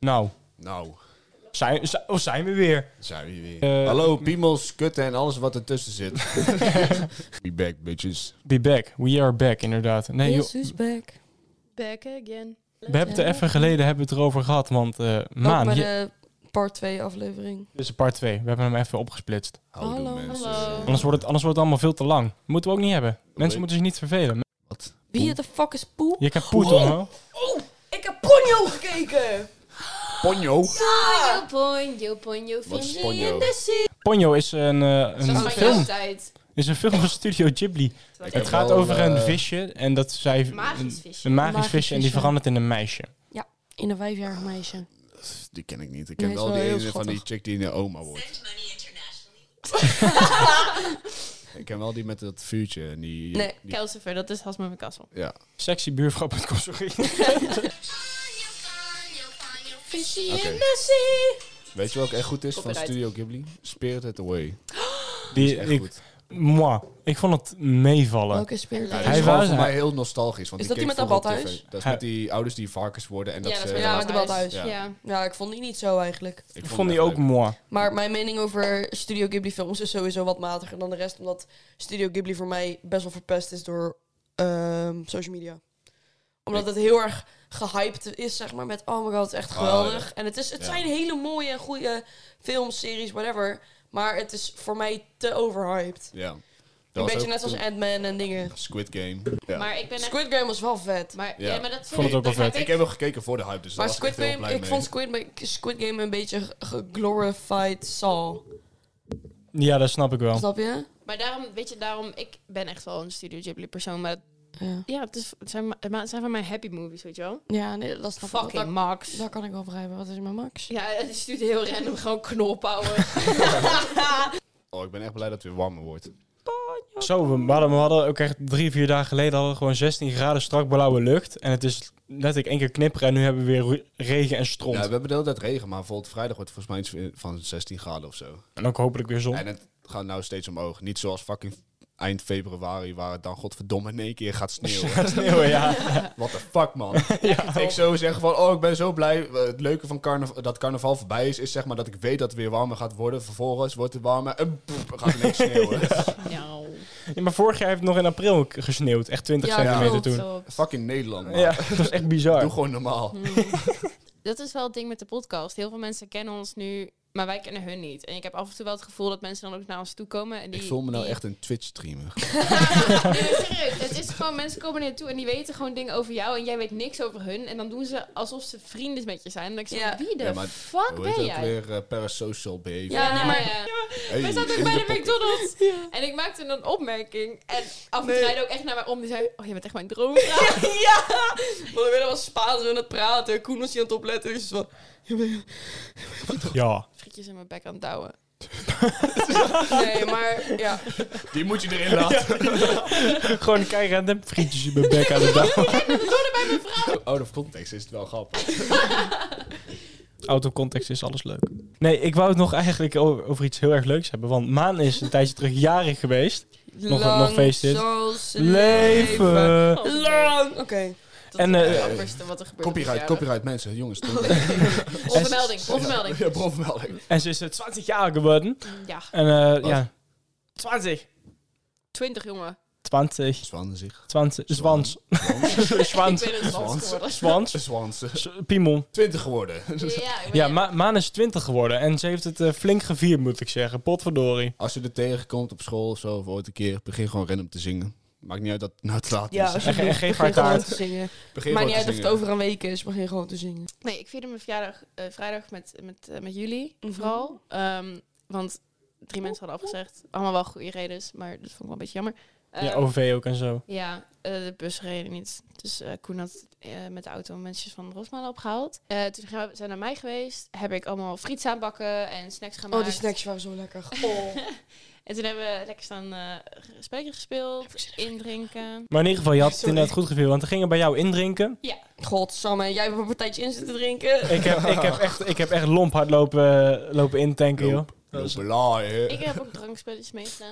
Nou. Zijn we weer. Zijn we weer. Hallo, piemels, kutten en alles wat ertussen zit. Be back, bitches. Be back. We are back, inderdaad. Nee, Yes, who's back? Back again. we hebben het er even geleden het erover gehad, want Maan... Ook bij de part 2 aflevering. Dit is part 2. We hebben hem even opgesplitst. Hallo mensen. Hallo. Anders wordt het allemaal veel te lang. Moeten we ook niet hebben. Mensen moeten zich niet vervelen. Wat? Wie de fuck is Poe? Je kan poet omhoog. Oh, ik heb Ponyo gekeken! Ponyo? Ponyo, Wat is vind je Ponyo? in de zee. Ponyo is een Dat is van film. jouw tijd. Is een film van Studio Ghibli. Ik Het heb gaat wel, over een visje en dat zij Magisch visje. een magisch Magisch visje en die visje. verandert in een meisje. In een 5-jarig meisje. Die ken ik niet. Ik Nee, ken is wel wel die heel ene van die schattig. chick die een oma wordt. Ik ken wel die met dat vuurtje. En die, Nee, die- Kelsifer, dat is Hasma van Kassel. Ja. Sexybuurvrouw.com, sorry. Visje Oké. in de zee. Weet je wat ook echt goed is van Copyright. Studio Ghibli? Spirited Away. Die Die, is echt ik, goed. moi, ik vond het meevallen. Welke spirit? Ja, Hij die is wou gewoon voor zijn- mij heel nostalgisch. Want Is ik dat die keek met dat vroeger op badhuis? TV. Dat is Hij- met die ouders die varkens worden. En dat Ja, dat is ze... met Ja, met de badhuis. Ja. Ja. Ja, ik vond die niet zo eigenlijk. Ik Ik vond die het ook echt leuk. moi. Maar mijn mening over Studio Ghibli films is sowieso wat matiger dan de rest. Omdat Studio Ghibli voor mij best wel verpest is door social media. Omdat het heel erg gehyped is, zeg maar. Met, oh my god, het is echt geweldig. ja. En het Ja. zijn hele mooie en goede films, series, whatever. Maar het is voor mij te overhyped. Ja. Een Dat was beetje ook net als toen- Ant-Man en dingen. Squid Game. Ja. Maar ik ben echt... Squid Game was wel vet. Maar, Ja. ja, maar dat Vond het ook wel vet. Ik heb wel gekeken voor de hype, dus Maar daar was ik Squid echt heel Game, blij ik mee. vond Squid Game een beetje geglorified Saw. Ja, dat snap ik wel. Snap je? Maar daarom, weet je, ik ben echt wel een Studio Ghibli persoon. Maar Ja. ja, het zijn van mijn happy movies, weet je wel. Ja, nee, dat snap ik. Fucking Dat, Max. dat kan ik wel begrijpen. Wat is mijn Max? Ja, het stuurt heel random gewoon knolpower. Oh, ik ben echt blij dat het weer warmer wordt. Zo, we hadden ook echt 3-4 dagen geleden hadden we gewoon 16 graden strak blauwe lucht. En het is letterlijk 1 keer knipperen en nu hebben we weer regen en stront. Ja, we hebben de hele tijd regen, maar bijvoorbeeld vrijdag wordt het volgens mij iets van 16 graden of zo. En ook hopelijk weer zon. En het gaat nou steeds omhoog. Niet zoals fucking eind februari, waar het dan godverdomme in één keer gaat sneeuwen. Sneeuwen, ja. What the fuck, man. Ik zou zeggen van, oh, ik ben zo blij. Het leuke van dat carnaval voorbij is zeg maar dat ik weet dat het weer warmer gaat worden. Vervolgens wordt het warmer en gaat het ineens sneeuwen. Nou, Ja, maar vorig jaar heeft het nog in april gesneeuwd. Echt 20 Ja, centimeter klopt. toen. zo. Fucking Nederland, man. Ja, dat is echt bizar. Doe gewoon normaal. Dat is wel het ding met de podcast. Heel veel mensen kennen ons nu, maar wij kennen hun niet. En ik heb af en toe wel het gevoel dat mensen dan ook naar ons toe komen. En die, Ik voel me nou die- echt een Twitch-streamer. Nee, maar serieus. Het is gewoon, mensen komen naar je toe en die weten gewoon dingen over jou. En jij weet niks over hun. En dan doen ze alsof ze vrienden met je zijn. En dan denk ik zo, Ja. wie de Ja, maar fuck Hoe ben heet het ook jij? weer? Parasocial behavior. Ja, nee, maar- Hey, Wij zaten ook in bij de pocket. McDonald's. En ik maakte een opmerking. En af en toe draaide ook echt naar mij om. Die zei, oh, je bent echt mijn droom. Ja! Want we was Spaans aan het praten. Koen was hier aan het opletten. Dus van... Ja. Frietjes in mijn bek aan het douwen. Nee, maar ja. Die moet je erin laten. Gewoon kijken en de frietjes in mijn bek aan de dag. Out of context is het wel grappig. Out of context is alles leuk. Nee, ik wou het nog eigenlijk over iets heel erg leuks hebben. Want Maan is een tijdje terug jarig geweest. Nog feest dit. zoals Leven. Oh, Lang. Oké. Dat En, is het eh, grappigste wat er gebeurt. Copyright mensen, jongens. Onvermelding, onvermelding. Ja, bronvermelding. En ze is 20 jaar geworden. Ja, En Wat? ja. 20. 20 jongen. 20. Zwannen zich. 20. Zwans. Ik Zwans. ben een Zwans. zwans geworden. Zwans. Zwansen. Piemel. 20 geworden. Ja, ik ben Ja, Maan is 20 geworden. En ze heeft het flink gevierd, moet ik zeggen. Potverdorie. Als je er tegenkomt op school of zo, of ooit een keer, begin gewoon random te zingen. Maakt niet uit dat het nou te laat is. Ja, alsjeblieft, En geef begin haar gewoon taart. te zingen. Begin Maakt gewoon niet uit te of het zingen. over een week is. Begin gewoon te zingen. Nee, ik vierde mijn verjaardag vrijdag met jullie Mhm. vooral. Want 3 mensen hadden afgezegd. Allemaal wel goede redenen, maar dat vond ik wel een beetje jammer. Ja, OV ook en zo. Ja, de bus reed niet. Dus Koen had met de auto mensen van Rosmalen opgehaald. Toen zijn we naar mij geweest. Heb ik allemaal friet aanbakken en snacks gemaakt. Oh, die snacks waren zo lekker. Oh. En toen hebben we lekker staan spelletjes gespeeld, indrinken. Maar in ieder geval, je had het Sorry. inderdaad goed gevierd. Want we gingen bij jou indrinken. Godsamme, jij hebt een partijtje in zitten drinken. Ik heb echt lomp hard lopen intanken, joh. Lopela, hè. Ik heb ook drankspelletjes meegedaan.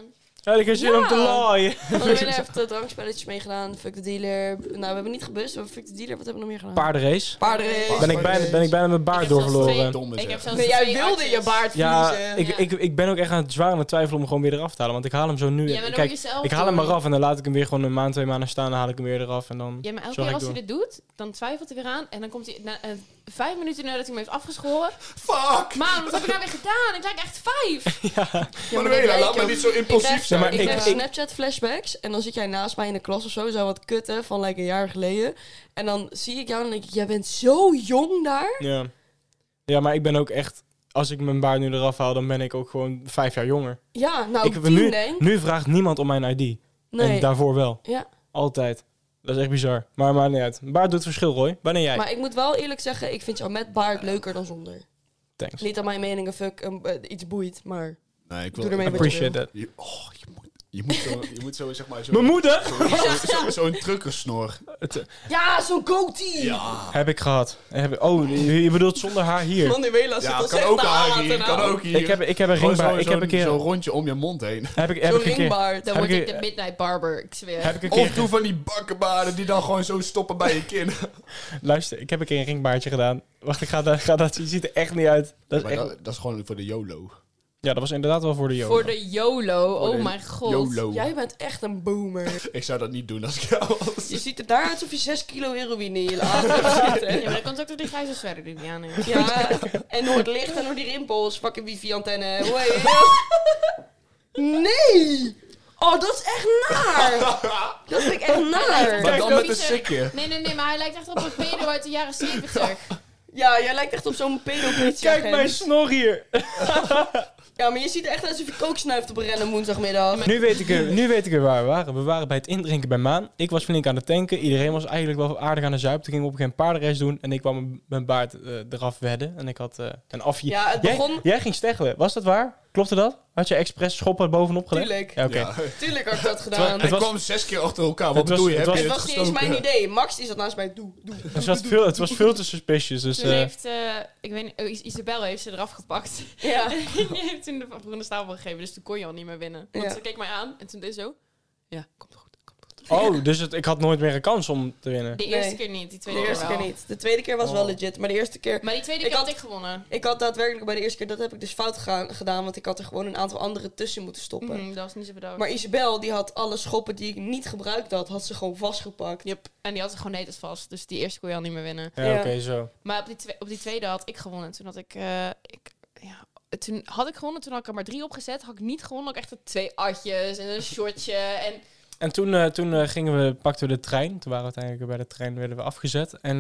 Ja, ik heb zin om te laaien. We hebben even drankspelletjes meegedaan. Fuck the dealer. Nou, we hebben niet gebust. We hebben fuck the dealer. Wat hebben we nog meer gedaan? Paardenrace. Paardenrace. Ben ik bijna mijn baard doorverloren. Ik heb zelfs Nee, jij 2 wilde je artjes. baard Ja, verliezen. ik ben ook echt aan het zwaar aan het twijfelen om hem gewoon weer eraf te halen. Want ik haal hem zo nu. Ja, maar dan Kijk, moet je zelf ik haal hem doen. maar af en dan laat ik hem weer gewoon een maand, 2 maanden staan. Dan haal ik hem weer eraf en dan Ja, maar elke zorg keer ik als hij door. dit doet, dan twijfelt hij weer aan. En dan komt hij 5 minuten nadat hij hem heeft afgeschoren. Fuck! Maar wat heb ik nou weer gedaan? Ik lijk echt 5. Manuela, laat me niet zo impulsief zijn. maar Ik ik- krijg Snapchat flashbacks en dan zit jij naast mij in de klas of zo wat kutten van een jaar geleden. En dan zie ik jou en dan denk ik, jij bent zo jong daar. Ja. Ja, maar ik ben ook echt... Als ik mijn baard nu eraf haal, dan ben ik ook gewoon 5 jaar jonger. Ja, nou, Ik heb 10 denk. nu vraagt niemand om mijn ID. En Nee, daarvoor wel. ja. Altijd. Dat is echt bizar. Maar maakt niet uit. Baard doet verschil, Roy. Wanneer jij? Maar ik moet wel eerlijk zeggen, ik vind jou met baard leuker dan zonder. Thanks. Niet dat mijn meningen iets boeit, maar Nee, ik doe ermee wat je Appreciate wil. that. Je moet zo, zeg maar, zo... Mijn moeder! Zo'n truckersnor. Ja, zo'n goatee! Ja. Heb ik gehad. Je bedoelt zonder haar hier. Manuela zit Ja, al kan echt ook te haar halen hier, kan ook hier. Ik heb een ringbaard. Ik heb een keer... Zo'n rondje om je mond heen. Heb ik Zo'n een keer... ringbaard. Dan Heb word ik- ik de Midnight Barber, ik zweer. Heb ik een Of keer... doe van die bakkenbaarden die dan gewoon zo stoppen bij je kin. Luister, ik heb een keer een ringbaardje gedaan. Wacht, ik ga dat zien. Ziet er echt niet uit. Dat is Maar echt... dat is gewoon voor de YOLO. Ja, dat was inderdaad wel voor de YOLO. Voor de YOLO, Voor oh de mijn god. YOLO. Jij bent echt een boomer. Ik zou dat niet doen als ik jou was. Je ziet er daar uit alsof je 6 kilo heroïne in je laag hebt zitten. Ja, maar dat komt ook door die grijze sweater die die aan heeft. Ja, en door het licht en door die rimpels. Fucking wifi-antenne. Hoi. Nee! Oh, dat is echt naar! Dat vind ik echt naar. Maar dan met een vieze- sikje. Nee, maar hij lijkt echt op een pedo uit de jaren 70. Ja, jij lijkt echt op zo'n pedopolitie. Kijk mijn snor hier. Ja, maar je ziet er echt uit alsof je kook snuift op een rennen woensdagmiddag. Nu weet ik er waar we waren. We waren bij het indrinken bij Maan. Ik was flink aan het tanken. Iedereen was eigenlijk wel aardig aan de zuip. Toen gingen we op een gegeven moment paardenrace doen. En ik kwam mijn baard eraf wedden. En ik had een afje. Ja, het begon... Jij ging steggelen. Was dat waar? Klopte dat? Had je expres schoppen bovenop gelegd? Tuurlijk. Ja, oké. Ja. Tuurlijk had ik dat gedaan. Het kwam 6 keer achter elkaar. Wat Het was- bedoel je? het Heb was- je Het het was niet eens gestoken? mijn idee. Max die zat naast mij. Doe. Het was veel te suspicious. Dus, Toen heeft, ik weet niet, Isabel heeft ze eraf gepakt. Ja. Die heeft toen de groene stapel gegeven, dus toen kon je al niet meer winnen. Want Ja. ze keek mij aan en toen deed ze zo. Ja, komt goed. oh, dus ik had nooit meer een kans om te winnen. De Nee. eerste keer niet, die tweede De eerste keer keer wel. niet. De tweede keer was wel legit. Maar de eerste keer... Maar die tweede Ik keer had had- ik gewonnen. Ik had daadwerkelijk bij de eerste keer... Dat heb ik dus fout gedaan. Want ik had er gewoon een aantal andere tussen moeten stoppen. Dat was niet zo bedankt. Maar Isabel, die had alle schoppen die ik niet gebruikt had ze gewoon vastgepakt. Yep. En die had ze gewoon net als vast, dus die eerste kon je al niet meer winnen. Ja, Ja. oké, zo. Maar op die tweede had ik gewonnen. Toen had toen had ik gewonnen, toen had ik er maar 3 opgezet. Had ik niet gewonnen, had ik echt 2 atjes en een shortje. En En toen pakten we de trein. Toen waren we uiteindelijk bij de trein, werden we afgezet. En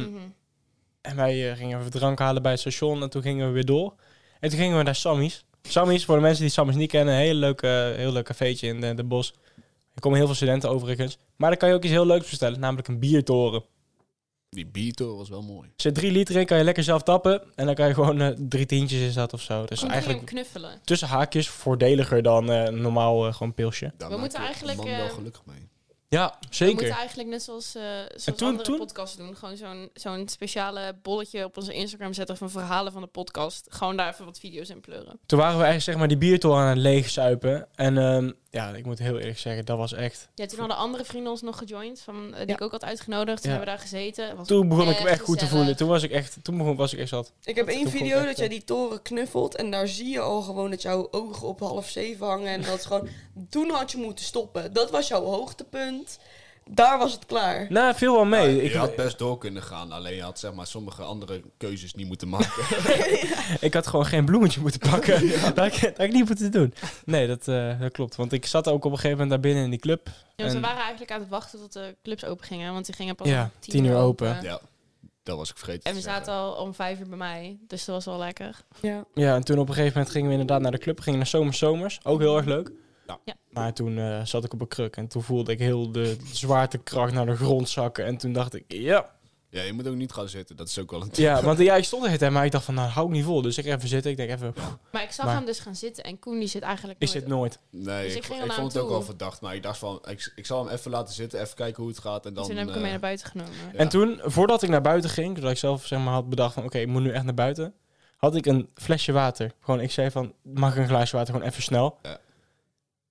wij gingen even drank halen bij het station. En toen gingen we weer door. En toen gingen we naar Sammy's. Sammy's, voor de mensen die Sammy's niet kennen, een heel leuk cafeetje in de bos. Er komen heel veel studenten overigens. Maar daar kan je ook iets heel leuks bestellen, namelijk een biertoren. Die biertoren was wel mooi. Er zit 3 liter in, kan je lekker zelf tappen. En dan kan je gewoon 3 tientjes in dat of zo. Dus toen ging eigenlijk hem knuffelen. tussen haakjes voordeliger dan een normaal gewoon pilsje. Daar We maakt moeten de eigenlijk, man wel gelukkig mee. Ja, We zeker. moeten eigenlijk net zoals toen- andere toen? podcasts doen. Gewoon zo'n speciale bolletje op onze Instagram zetten van verhalen van de podcast. Gewoon daar even wat video's in pleuren. Toen waren we eigenlijk zeg maar die biertoren aan het leegzuipen. En ja, ik moet heel eerlijk zeggen, dat was echt... Ja, toen hadden andere vrienden ons nog gejoind, die Ja. ik ook had uitgenodigd. Toen Ja. hebben we daar gezeten. Was Toen begon ik me echt goed te gezellig. voelen. Toen was ik echt zat. Ik heb Toen één vond ik video echt, dat jij die toren knuffelt en daar zie je al gewoon dat jouw ogen op 6:30 hangen. En dat is gewoon... Toen had je moeten stoppen. Dat was jouw hoogtepunt. Daar was het klaar. Nou, viel wel mee. Ja, Ik, je had best door kunnen gaan. Alleen je had zeg maar sommige andere keuzes niet moeten maken. ik had gewoon geen bloemetje moeten pakken. Dat had ik niet moeten doen. Nee, dat klopt. Want ik zat ook op een gegeven moment daar binnen in die club. Ja, want we En- waren eigenlijk aan het wachten tot de clubs open gingen. Want die gingen pas Ja, om 10 uur open. Ja, dat was ik vergeten En te we zeggen. zaten al om 5 uur bij mij. Dus dat was wel lekker. Ja. Ja, en toen op een gegeven moment gingen we inderdaad naar de club. Gingen naar Zomers. Ook heel erg leuk. Ja. Maar toen zat ik op een kruk. En toen voelde ik heel de zwaartekracht naar de grond zakken. En toen dacht ik, ja. Ja, je moet ook niet gaan zitten. Dat is ook wel een Ja, want ik stond er het maar ik dacht van, nou, hou ik niet vol. Dus ik ging even zitten. Ik denk even, Maar ik zag Maar- hem dus gaan zitten. En Koen die zit eigenlijk is nooit dit nooit? Nee, Dus ik ik ging er vond naar het hem ook wel toe. verdacht. Maar ik dacht van, ik zal hem even laten zitten. Even kijken hoe het gaat. En dan, Toen heb ik hem mee naar buiten genomen. Ja. En toen, voordat ik naar buiten ging, doordat ik zelf zeg maar had bedacht van, oké, ik moet nu echt naar buiten, had ik een flesje water. Gewoon, ik zei van, mag ik een glaasje water gewoon even snel? Ja.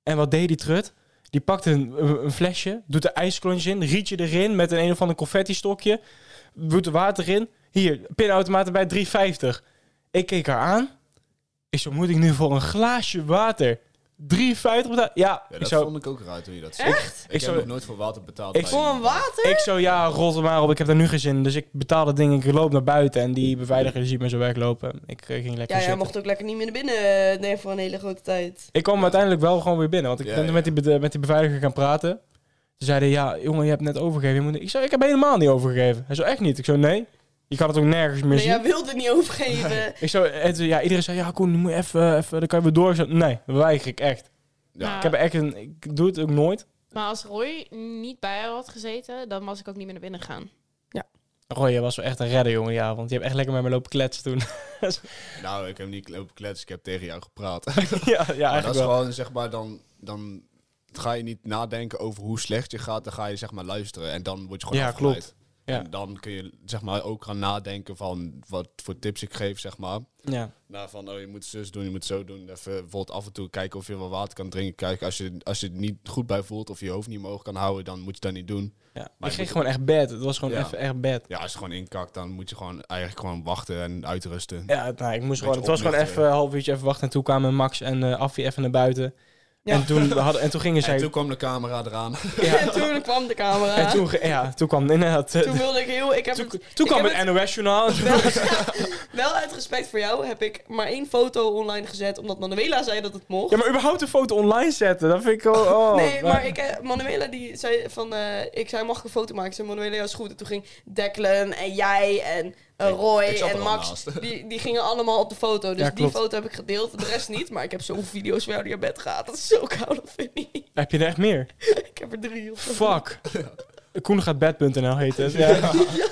En wat deed die trut? Die pakte een flesje, doet er ijsklontje in, rietje erin met een of ander confetti-stokje. Doet er water in. Hier, pinautomaat erbij, 3,50. Ik keek haar aan. Ik zo, moet ik nu voor een glaasje water 3,50 betalen? Ja, Ja, dat vond ik ook raar toen je dat zei. Echt? Ik heb zou- nog nooit voor water betaald. Ik bij Voor een water? Ik zo, ja, rot er maar op. Ik heb daar nu geen zin in. Dus ik betaal dat ding. Ik loop naar buiten. En die beveiliger die ziet me zo weglopen. Ik ging lekker Ja, jij zitten. mocht ook lekker niet meer naar binnen. Nee, voor een hele grote tijd. Ik kwam uiteindelijk wel gewoon weer binnen. Want ik Ja, ben ja. met die beveiliger gaan praten. Toen zeiden ja, jongen, je hebt net overgegeven. Ik zei, ik heb helemaal niet overgegeven. Hij zo, echt niet? Ik zo, nee. Je kan het ook nergens meer Nee, zien. jij wilde het niet overgeven. Ik zo, en toen, ja, iedereen zei, ja, Koen, nu moet je even, dan kan je weer door. Ik zo, nee, dat weiger ik echt. Ja. Ik heb echt ik doe het ook nooit. Maar als Roy niet bij jou had gezeten, dan was ik ook niet meer naar binnen gegaan. Roy, je was wel echt een redder, jongen, ja. Want je hebt echt lekker met me lopen kletsen toen. Nou, ik heb niet lopen kletsen, ik heb tegen jou gepraat. ja, ja, Maar dat eigenlijk is wel. gewoon, zeg maar, dan ga je niet nadenken over hoe slecht je gaat. Dan ga je, zeg maar, luisteren. En dan word je gewoon Ja, afgeleid. klopt. Ja. En dan kun je, zeg maar, ook gaan nadenken van wat voor tips ik geef, zeg maar. Ja. Nou, van, oh, je moet zus doen, je moet zo doen. Even bijvoorbeeld af en toe kijken of je wel water kan drinken. Kijk, als je het niet goed bij voelt of je hoofd niet omhoog kan houden, dan moet je dat niet doen. Ja. Maar Ik je kreeg moet- gewoon echt bad. Het was gewoon Ja. even echt bad. Ja, als je gewoon inkakt, dan moet je gewoon eigenlijk gewoon wachten en uitrusten. Ja, nou, ik moest Beetje gewoon, het was gewoon opluchten. even een half uurtje even wachten. En toen kwamen Max en Affie even naar buiten. Ja. En toen gingen zij... En toen kwam de camera eraan. ja, En toen kwam de camera. en toen kwam inderdaad... Toen wilde ik heel... Ik heb toen ik kwam heb het NOS-journaal. wel uit respect voor jou heb ik maar 1 foto online gezet, omdat Manuela zei dat het mocht. Ja, maar überhaupt een foto online zetten, dat vind ik wel... Oh, Nee, maar Manuela die zei van... ik zei, mag ik een foto maken? Ik zei, Manuela, ja, is goed. En toen ging Declan en jij en Roy ik zat er en al Max... naast. Die gingen allemaal op de foto. Dus Ja, die klopt. foto heb ik gedeeld. De rest niet. Maar ik heb zoveel video's van jou die naar bed gaat. Dat is zo koud, dat vind ik niet. Heb je er echt meer? Ik heb er 3 of zo. Fuck. Koengaatbed.nl heet het. Ja.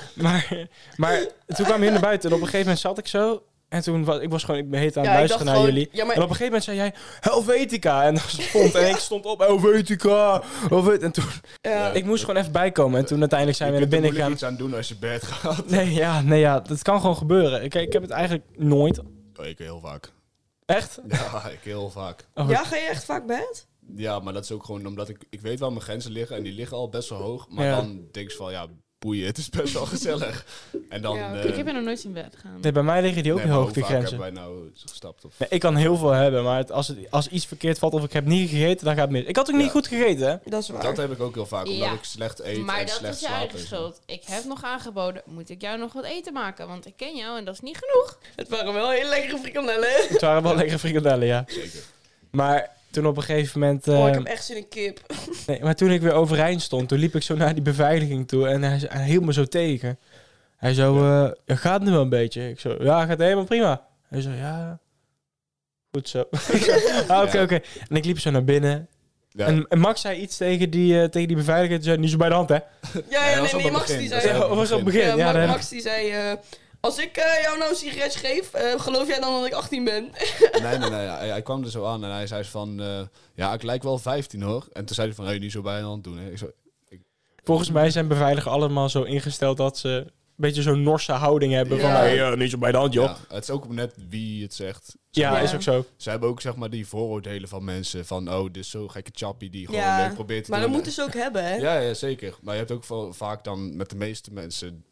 Maar toen kwam je naar buiten en op een gegeven moment zat ik zo... En toen was ik heet aan het Ja, ik luisteren dacht naar gewoon- jullie. ja, maar- En op een gegeven moment zei jij, Helvetica. En, en ik stond op, Helvetica. En toen, Ja. ik moest gewoon even bijkomen. En toen uiteindelijk zijn we naar binnen gegaan. iets aan doen als je bed gaat. Nee, ja, dat kan gewoon gebeuren. Ik heb het eigenlijk nooit. Oh, ik heel vaak. Echt? Ja, ik heel vaak. Oh, Ja, ga je echt vaak bed? Ja, maar dat is ook gewoon omdat ik weet waar mijn grenzen liggen. En die liggen al best wel hoog. Maar Ja. dan denk je van, ja, boeien, het is best wel gezellig. En dan... Ja, Ik heb er nog nooit in bed gegaan. Nee, bij mij liggen die ook nee, heel maar hoog, hoe de vaak grenzen. hebben wij nou gestapt? Of... Nee, ik kan heel veel hebben, maar als iets verkeerd valt of ik heb niet gegeten, dan gaat het mis. Ik had ook niet Ja. goed gegeten, hè? Dat is waar. Dat heb ik ook heel vaak, omdat Ja. ik slecht eet Maar en dat slecht is je slaap. eigen en zo. schuld. Ik heb nog aangeboden, moet ik jou nog wat eten maken? Want ik ken jou en dat is niet genoeg. Het waren wel hele lekkere frikandellen. Het waren wel lekkere frikandellen, ja. Zeker. Maar toen op een gegeven moment... Oh, ik heb echt zin in kip. nee, maar toen ik weer overeind stond, toen liep ik zo naar die beveiliging toe en hij hield me zo tegen. Hij zo, gaat het nu wel een beetje? Ik zo, ja, gaat helemaal prima. Hij zo, ja, goed zo. Oké. En ik liep zo naar binnen. Ja. En Max zei iets tegen die beveiliger. Die zei, niet zo bij de hand, hè? Ja, dat was nee, op het Max begin. die Dat zei... was Ja, was op het begin. Ja, Ja, daar- Max die zei... als ik jou nou een sigaret geef, geloof jij dan dat ik 18 ben? Nee. Hij kwam er zo aan en hij zei van... ja, ik lijk wel 15 hoor. En toen zei hij van, hey, niet zo bij de hand doen. Hè. Ik zo, Volgens mij zijn beveiligers allemaal zo ingesteld dat ze een beetje zo'n Norse houding hebben. Van, Ja. hey, niet zo bij de hand, joh. ja, het is ook net wie het zegt. Ja, Ja. is ook zo. Ze hebben ook zeg maar die vooroordelen van mensen. Van, oh, dit is zo'n gekke chappie die gewoon Ja, leuk probeert te Maar dat doen. moeten ze ook hebben, hè? Ja, zeker. Maar je hebt ook vaak dan met de meeste mensen...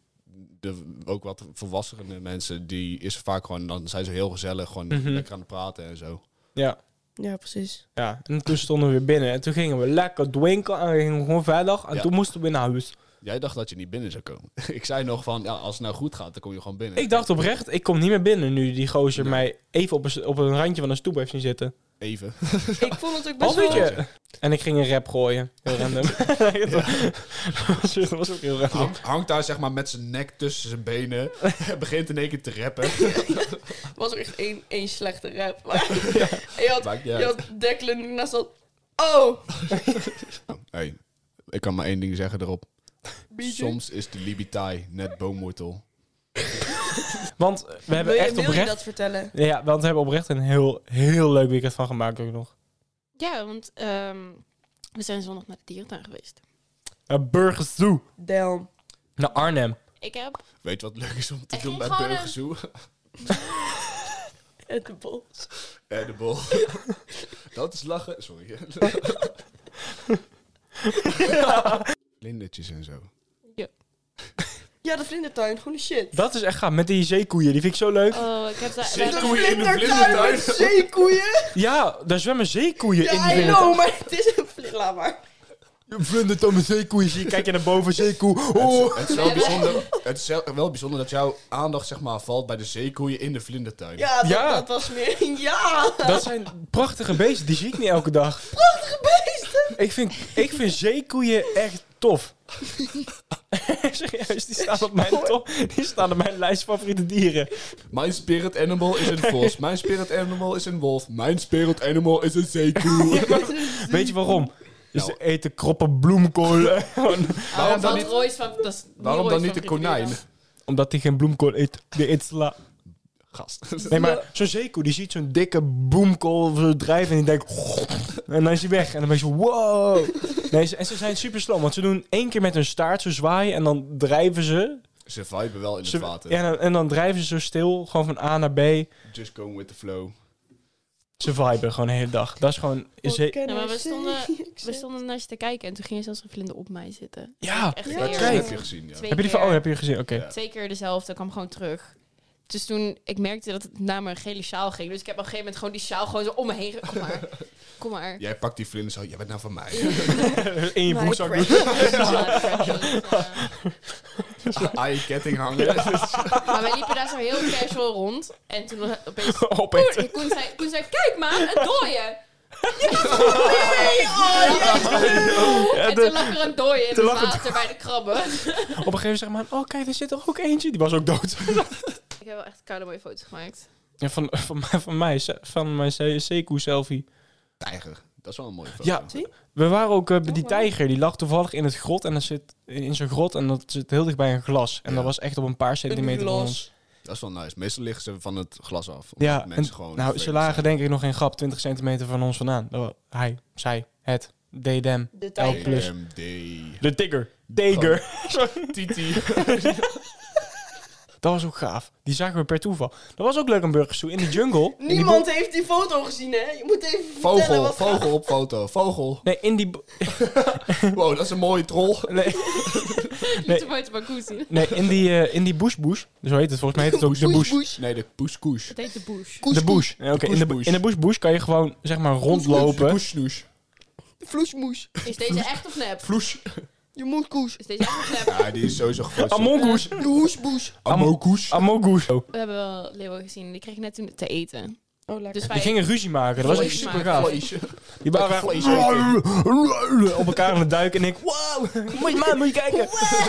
ook wat volwassene mensen, die is vaak gewoon... Dan zijn ze heel gezellig, gewoon Mhm. lekker aan het praten en zo. Ja. Ja, precies. Ja, en toen stonden we weer binnen. En toen gingen we lekker dwinken en we gingen gewoon verder. En Ja. toen moesten we weer naar huis. Jij dacht dat je niet binnen zou komen. Ik zei nog van, ja, als het nou goed gaat, dan kom je gewoon binnen. Ik dacht oprecht, ik kom niet meer binnen nu die gozer Ja. mij even op een randje van een stoep heeft zien zitten. Even. Ik vond het ook best Half wel... uurtje. En ik ging een rap gooien. Heel random. dat was ook heel random. Hangt daar zeg maar met zijn nek tussen zijn benen. Begint in één keer te rappen. Het was ook echt één slechte rap. Maar en je Maakt niet had uit. Declan die naast dat... Oh! Hey, ik kan maar één ding zeggen erop. Biertje. Soms is de Libitai net boomwortel. Want we hebben echt wil je oprecht... dat vertellen? Ja, want we hebben oprecht een heel leuk weekend van gemaakt ook nog. Ja, want we zijn zondag naar de dierentuin geweest. Burger Zoo. Damn. Naar Arnhem. Ik heb... Weet je wat leuk is om te Er doen ging bij gewoon Burger Zoo? Edibles. Edible. Dat is lachen. Sorry. Vlindertjes en zo. Ja, de vlindertuin. Holy shit. Dat is echt gaaf. Met die zeekoeien. Die vind ik zo leuk. Oh, ik heb daar... Zeekoeien in de vlindertuin vlindertuin. met zeekoeien. Ja, daar zwemmen zeekoeien in Ja, die I know, maar het is een Laat maar. vlindertuin met zeekoeien. Zie je, kijk je naar boven, zeekoe. Oh. Het is wel bijzonder dat jouw aandacht zeg maar valt bij de zeekoeien in de vlindertuin. Ja, Ja. dat was meer... Ja. Dat zijn prachtige beesten. Die zie ik niet elke dag. Prachtige beesten. Ik vind zeekoeien echt tof. Serieus, die staan op mijn lijst favoriete dieren. Mijn spirit animal is een vos. Mijn spirit animal is een wolf. Mijn spirit animal is een zeekoe. Weet je waarom? Dus Nou. ze eten kroppen bloemkool. Waarom dan niet- Waarom dan niet de konijn? Omdat hij geen bloemkool eet. Die eet sla. Gast. Nee, maar zo'n zeekoe, die ziet zo'n dikke bloemkool zo drijven en die denkt... En dan is hij weg. En dan ben je zo, wow. Nee, en ze zijn super slim, want ze doen 1 keer met hun staart zo zwaaien en dan drijven ze. Ze viben wel in het Ze- water. Ja, en dan drijven ze zo stil, gewoon van A naar B. Just going with the flow. Ze viben gewoon de hele dag. Dat is gewoon... Ja, maar we stonden naar je te kijken en toen ging je zelfs een vlinder op mij zitten. Ja, Echt Ja, geëerd. kijk. Heb je gezien, ja. Twee heb je die van... keer. Oh, heb je gezien? Oké. Ja. 2 keer dezelfde, kwam gewoon terug. Dus toen, ik merkte dat het naar mijn gele sjaal ging. Dus ik heb op een gegeven moment gewoon die sjaal gewoon zo om me heen. Kom maar. Jij pakt die vlinders zo. Jij bent nou van mij. In je My broekzak doen. Eye-ketting hangen. Maar wij liepen daar zo heel casual rond. En toen opeens... Opeten. Koen zei, kijk maar, een dooie. En toen lag er een dooie in Toen het lag het- water bij de krabben. Op een gegeven moment zeg maar... Oh, kijk, er zit er ook eentje. Die was ook dood. Ik heb wel echt koude mooie foto's gemaakt. Ja, van mijn zeekoe-selfie. Tijger. Dat is wel een mooie foto. Ja, we waren ook bij die Oh, wow. tijger. Die lag toevallig in het grot. En dat zit in zo'n grot. En dat zit heel dicht bij een glas. En Ja. dat was echt op een paar centimeter van ons. Dat is wel nice. Meestal liggen ze van het glas af. Omdat Ja, mensen en, gewoon nou, ze vervelend lagen zijn. denk ik nog geen grap 20 centimeter van ons vandaan. Hij, zij, het, they, them. De L tijger. plus. DMD. De tigger. Tiger. Titi. Dat was ook gaaf. Die zagen we per toeval. Dat was ook leuk aan Burgers Zoo. In die jungle. in die Niemand heeft die foto gezien, hè? Je moet even vertellen Vogel. wat Vogel op foto. Vogel. Nee, in die... Wow, dat is een mooie troll. Nee, Niet te mooi te Bakoe zien. nee in die bush. Zo heet het. Volgens mij heet het ook de bush. Nee, de poeskoes. Het heet de bush. De bush. Ja, oké. Koesbush. In de bush kan je gewoon, zeg maar, De rondlopen. koesnoes. Vloesmoes. Is deze echt of nep? Vloes. Je moet koes. Is deze echt of nep? Ja, die is sowieso gefotografeerd. Amongoes. De hoesboes. Amokoes. Amogoes. We hebben wel leeuwen gezien. Die kreeg ik net toen te eten. Oh, lekker. Dus wij... Die gingen ruzie maken. Dat was echt Vlees super maken. gaaf. Vleesje. Die waren Vlees echt op elkaar aan het duiken. En ik, wow, moet je kijken.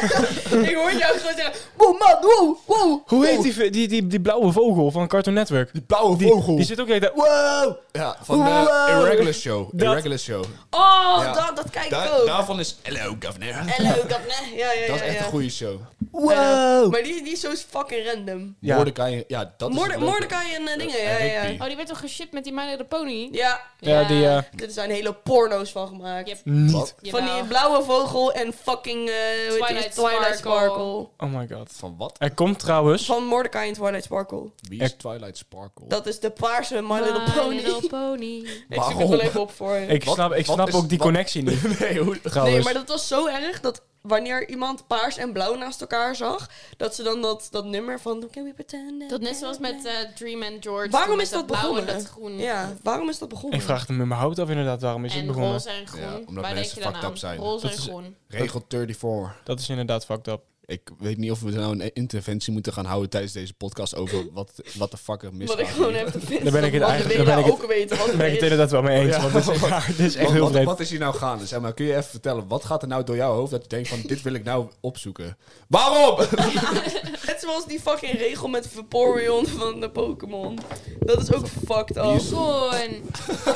Ik hoor jou gewoon zeggen, wow man, wow. Hoe heet die blauwe vogel van Cartoon Network? Die blauwe vogel. Die zit ook de hele tijd, wow. Ja, van de Wow. Irregular Show. Dat- Irregular Show. Oh, Ja. dat kijk ik ook. Daarvan is Hello Governor. Hello, governor. Ja. Dat is echt een goede show. Wow. Maar die is zo fucking random. Ja. Mordecai, ja, dat is het leuke. Mordecai en dingen, ja. Rigby. Oh, die werd toch geshipped met die My Little Pony? Ja, Ja, die, er zijn hele porno's van gemaakt. Yep. niet. Wat? Van Jawel. die blauwe vogel en fucking Twilight Sparkle. Sparkle. Oh my god. Van wat? Er komt trouwens... Van Mordecai en Twilight Sparkle. Wie is Twilight Sparkle? Dat is de paarse My Little My Pony. Little Pony. Ik zoek Waarom? het wel even op voor je. Ik Wat- snap wat is- ook die wat- connectie niet, Nee, hoe... trouwens. Nee, maar dat was zo erg dat wanneer iemand paars en blauw naast elkaar zag, dat ze dan dat nummer van Can we pretend? Dat net zoals met Dream and George. Waarom toen is met dat blauw en begonnen? dat groen. Ja, waarom is dat begonnen? Ik vraag het me in mijn hoofd af inderdaad, waarom is het En begonnen? roze en groen. Ja, omdat Waar denk mensen je dan fucked up aan? zijn. Roze Dat en is- groen. Regel 34. Dat is inderdaad fucked up. Ik weet niet of we nou een interventie moeten gaan houden tijdens deze podcast over wat de fuck er misgaat. Wat ik gewoon hier. even vind. Daar ben ik het dat eigenlijk- Manuela daar ben ik ook weten wat Daar ben ik er het is. inderdaad wel mee eens. Ja. Want dit is echt heel vreemd. Wat is hier nou gaande? Zeg maar, kun je even vertellen, wat gaat er nou door jouw hoofd dat je denkt van, dit wil ik nou opzoeken? Waarom? Net zoals die fucking regel met Vaporeon van de Pokémon. Dat is ook fucked Die up. is- Groen.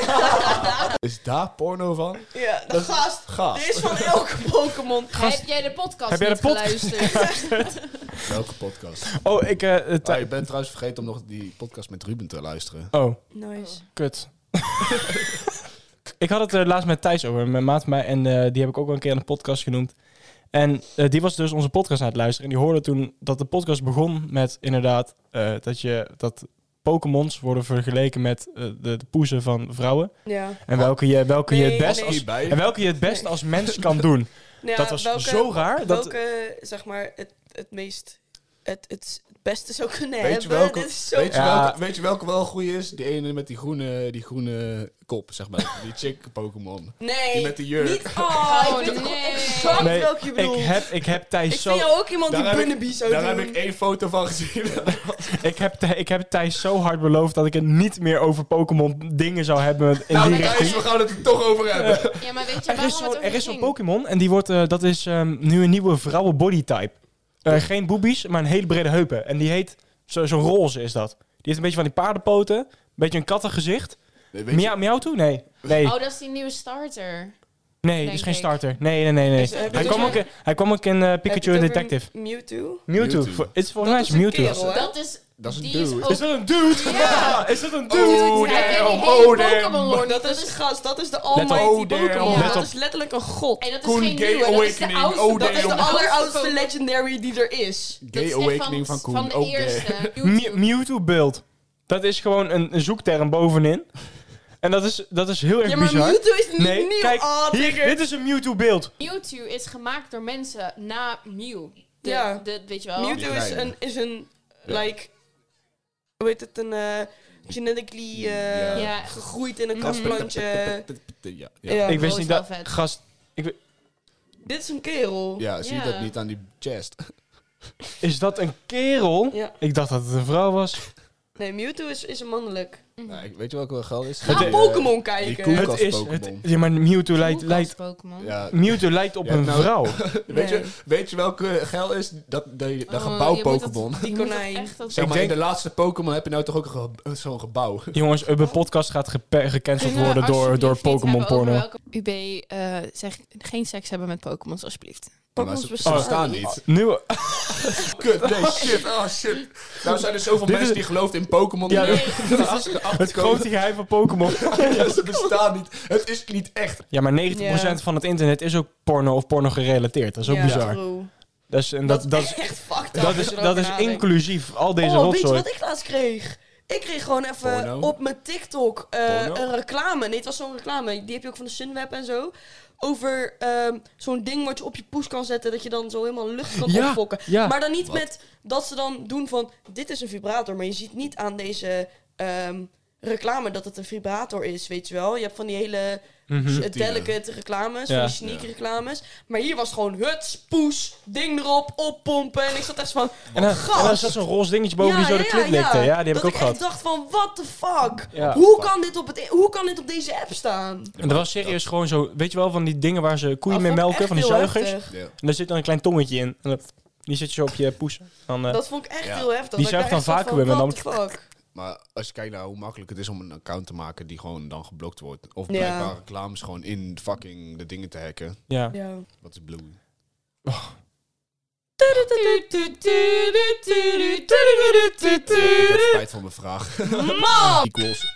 Is daar porno van? Ja, de gast. Gast. Er is van elke Pokémon. Heb jij de podcast Heb jij niet de podcast- geluisterd? Welke podcast? Oh, ik... Ah, ik ben trouwens vergeten om nog die podcast met Ruben te luisteren. Oh, Nice. kut. Ik had het er laatst met Thijs over, mijn maat van mij. En die heb ik ook wel een keer aan de podcast genoemd. En die was dus onze podcast aan het luisteren. En die hoorde toen dat de podcast begon met inderdaad dat Pokémons worden vergeleken met de poezen van vrouwen. Ja. En welke je het best nee. als... Hierbij. En welke je het best als mens kan doen. Nou ja, Dat was zo raar. Welke, zeg maar, het meest... Het beste zou kunnen Weet je hebben. welke, Dit is zo... weet je Ja. welke, weet je welke wel goed is? Die ene met die groene kop, zeg maar. Die chick Pokémon. Nee, Die met de jurk. niet... Oh, ik weet nee. exact Nee, welke je bedoelt. ik heb Thijs Ik zo... vind jou ook iemand die Daar heb ik- Bunnaby zou Daar doen. heb ik 1 foto van gezien. Ik heb Thijs zo hard beloofd dat ik het niet meer over Pokémon dingen zou hebben in Nou, die Thijs, richting. we gaan het er toch over hebben. Ja, maar weet je Er is zo'n ging? Pokémon en die wordt, dat is nu een nieuwe vrouwen bodytype. Geen boobies, maar een hele brede heupen. En die heet, zo'n roze is dat. Die heeft een beetje van die paardenpoten, een beetje een kattengezicht. Nee, weet je- Mewtwo? Nee. Nee, Oh, dat is die nieuwe starter. nee, dat denk is geen ik. starter. Nee. Is- heb je Hij kwam ook in Heb je Pikachu het en over Detective. Mewtwo? Mewtwo. Mewtwo. Het is volgens mij Dat is is een Mewtwo. kerel, hè? Dat is een die dude. ook- Is dat een dude? Ja. Is dat een dude? Oh, Hij heeft damn. die hele Oh, damn. Pokémon lore. Dat is gast, dat is de Let almighty op. Pokémon. Let Dat op. is letterlijk een god. En dat is Koen, geen Gay nieuwe, dat is de Awakening. oudste. Oh, Dat is de damn. alleroudste legendary die er is. Dat Gay is echt Awakening van Koen. Van de Ook eerste. Mewtwo beeld. Dat is gewoon een zoekterm bovenin. En dat is heel erg Ja, maar bizar. Mewtwo is niet Nee, nieuw. kijk, Oh, hier, trigger. dit is een Mewtwo beeld. Mewtwo is gemaakt door mensen na Mew. Ja. Weet je wel? Mewtwo is kleine. een Ja. like, hoe heet het, een genetically Ja. gegroeid in een kastplantje. Ja, Ja. Ik wist Oh, niet is dat... wel vet. Gast, Dit is een kerel. ja, zie je Ja. dat niet aan die chest? is dat een kerel? Ja. Ik dacht dat het een vrouw was. Nee, Mewtwo is een mannelijk. Nee, weet je welke wel geld is? Ga Het- Pokémon die kijken. koe- Het is... Pokémon. Ja, maar Mewtwo lijkt Pokémon. Ja, Mewtwo lijkt op Ja, een nou- vrouw. weet, je welke geld is? Dat gebouw je moet Pokémon. Die konijn. Zeg Ik maar, denk- in de laatste Pokémon heb je nou toch ook zo'n gebouw. Jongens, de podcast gaat gecanceld worden door Pokémon porno. UB zegt geen seks hebben met Pokémons, alsjeblieft. Pokémons Ze bestaan bestaan niet. niet. Nu... Kut, nee, shit, oh shit. Nou zijn er zoveel Dit mensen is- die geloven in Pokémon. Ja, die dit erachter Het komen. grote geheim van Pokémon. Ja, ze bestaan niet. Het is niet echt. Ja, maar 90% Ja. van het internet is ook porno of porno gerelateerd. Dat is ook Ja, bizar. true. Dat is, en Dat dat is is, echt fucked up. dat als is, je dat erover is nadenkt. inclusief al deze Oh, weet je rotzooi. wat ik laatst kreeg? Ik kreeg gewoon even Porno? op mijn TikTok Porno? een reclame. Nee, het was zo'n reclame. Die heb je ook van de Sunweb en zo. Over zo'n ding wat je op je poes kan zetten. Dat je dan zo helemaal lucht kan Ja, opfokken. ja. Maar dan niet Wat? met dat ze dan doen van... Dit is een vibrator. Maar je ziet niet aan deze reclame dat het een vibrator is, weet je wel. Je hebt van die hele delicate reclames. Ja. Van die sneak reclames. Maar hier was het gewoon huts, poes, ding erop, oppompen. En ik zat echt van... En dan gast. zat zo'n roze dingetje boven die zo de klit likte. Ja, die heb ik ook dat gehad. ik echt dacht van, what the fuck? Ja. Hoe kan dit op deze app staan? En dat was serieus gewoon zo, weet je wel, van die dingen waar ze koeien mee Dat vond ik melken, echt van die heel zuigers. heftig. Ja. En daar zit dan een klein tongetje in. En die zit je zo op je poes. Dan, Dat vond ik echt Ja. heel heftig. Die Dat ik zuigt daar dan echt zat vacuüm en van, dan- what the fuck? Maar als je kijkt naar hoe makkelijk het is om een account te maken die gewoon dan geblokt wordt. Of Ja. blijkbaar reclames gewoon in fucking de dingen te hacken. ja. Ja. Wat is Bluey? Ik heb spijt van mijn vraag. Man! Equals.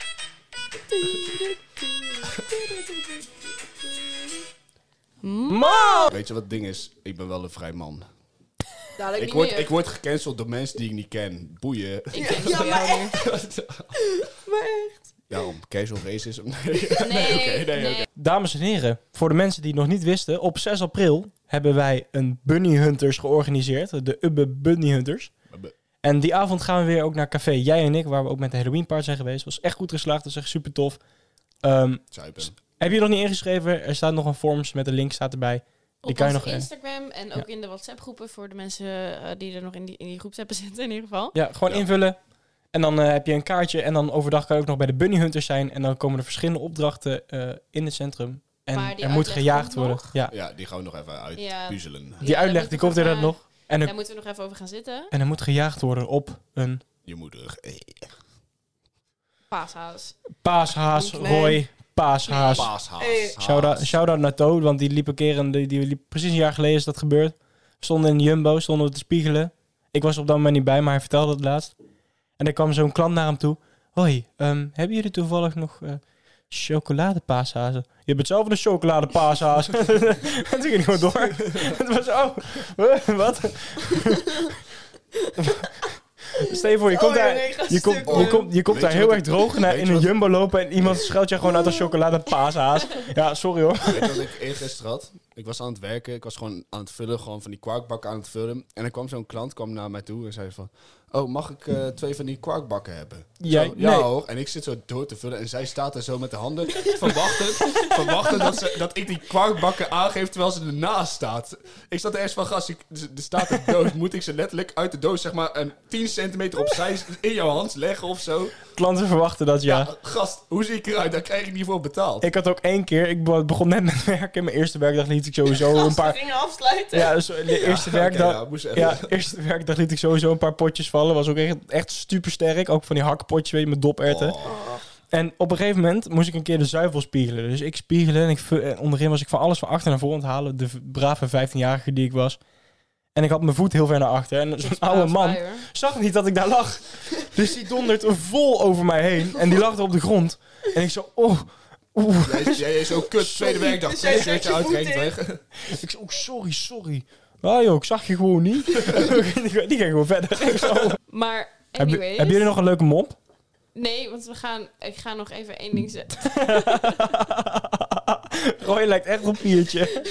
Man! Weet je wat het ding is? Ik ben wel een vrij man. Ja, dat Ik word gecanceld door mensen die ik niet ken. Boeien. Ja, maar echt. Maar echt. Daarom, casual racism. Nee. Nee, Oké, nee. Dames en heren, voor de mensen die het nog niet wisten, op 6 april hebben wij een Bunny Hunters georganiseerd. De Ubbe Bunny Hunters. En die avond gaan we weer ook naar café Jij en ik, waar we ook met de Halloween party zijn geweest. Was echt goed geslaagd, dat is echt super tof. Zuipen. Heb je nog niet ingeschreven? Er staat nog een forms met een link, staat erbij. Die Op kan je onze nog... Instagram en ook in de WhatsApp-groepen voor de mensen die er nog in die groepsappen zitten in ieder geval. Ja, gewoon Ja. invullen. En dan heb je een kaartje. En dan overdag kan je ook nog bij de Bunny Hunters zijn. En dan komen er verschillende opdrachten in het centrum. En Maar die er moet uitleg gejaagd komt worden. nog? Ja. Ja, die gaan we nog even Ja. uitpuzzelen. Die daar uitleg moeten die we komt inderdaad even- nog. En Daar er, moeten we nog even over gaan zitten. en er moet gejaagd worden op een Je moeder. Paashaas. paashaas, Nee. Roy, paashaas. Paashaas. Hey. Shout-out naar Toad, want die liep een keer, die liep precies een jaar geleden is dat gebeurd. We stonden in de Jumbo, stonden we te spiegelen. Ik was op dat moment niet bij, maar hij vertelde het laatst. En er kwam zo'n klant naar hem toe. Hoi, hebben jullie toevallig nog chocoladepaashazen? Je bent zelf een chocoladepaashaas. En toen ging hij gewoon door. Het was wat? Stel je voor, je komt daar... Je komt daar heel erg droog naar in een Jumbo lopen en iemand schuilt je gewoon uit een chocoladepaashaas. Ja, sorry hoor. Weet je wat ik eergisteren had? Ik was aan het werken, ik was gewoon aan het vullen, gewoon van die kwarkbakken aan het vullen. En er kwam zo'n klant naar mij toe en zei van... Oh, mag ik 2 van die kwarkbakken hebben? Jij? Zo, ja Nee. hoor. En ik zit zo door te vullen en zij staat er zo met de handen verwachten dat ik die kwarkbakken aangeef terwijl ze ernaast staat. Ik zat ergens van, gast, er staat een doos. Moet ik ze letterlijk uit de doos, zeg maar, een 10 centimeter opzij in jouw hand leggen of zo? Klanten verwachten dat, ja. Ja, gast, hoe zie ik eruit? Daar krijg ik niet voor betaald. Ik had ook 1 keer, ik begon net met werken. Mijn eerste werkdag liet ik sowieso een paar... Gingen afsluiten. Ja, dus de eerste werkdag... moest even. Ja, eerste werkdag liet ik sowieso een paar potjes vallen. Was ook echt super sterk. Ook van die hakkenpotjes, weet je, met doperwten. En op een gegeven moment moest ik een keer de zuivel spiegelen. Dus ik spiegelde en onderin was ik van alles van achter naar voren aan het halen. De brave 15-jarige die ik was. En ik had mijn voet heel ver naar achter. En zo'n oude man zag niet dat ik daar lag. Dus die dondert vol over mij heen. En die lag er op de grond. En ik zo, Jij is ook kut, tweede werkdag. Dus jij Twee zet shirtje je uit, voet weg. Ik zo, sorry. Ah joh, ik zag je gewoon niet. Die ging gewoon verder. Ik zo. Maar anyways... Hebben jullie nog een leuke mop? Nee, want ik ga nog even 1 ding zetten. Roy lijkt echt op Piertje.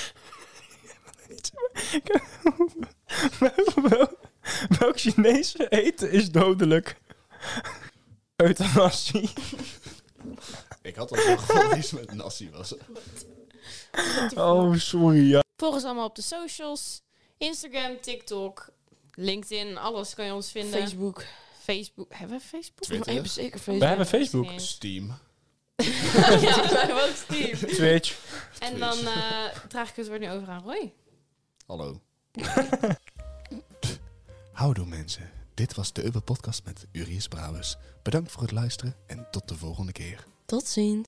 Welk Chinese eten is dodelijk? Euthanasie. Ik had al zo'n gevoel dat iets met nasi was. Oh, sorry, ja. Volg ons allemaal op de socials. Instagram, TikTok, LinkedIn, alles kan je ons vinden. Facebook. Hebben we Facebook? Twitter. Ik heb zeker Facebook. We hebben Facebook. Steam. Ja, we hebben ook Steve. Twitch. En dan draag ik het woord nu over aan Roy. Hallo. Houdoe mensen. Dit was de Ubbe Podcast met Urius Brouwers. Bedankt voor het luisteren en tot de volgende keer. Tot ziens.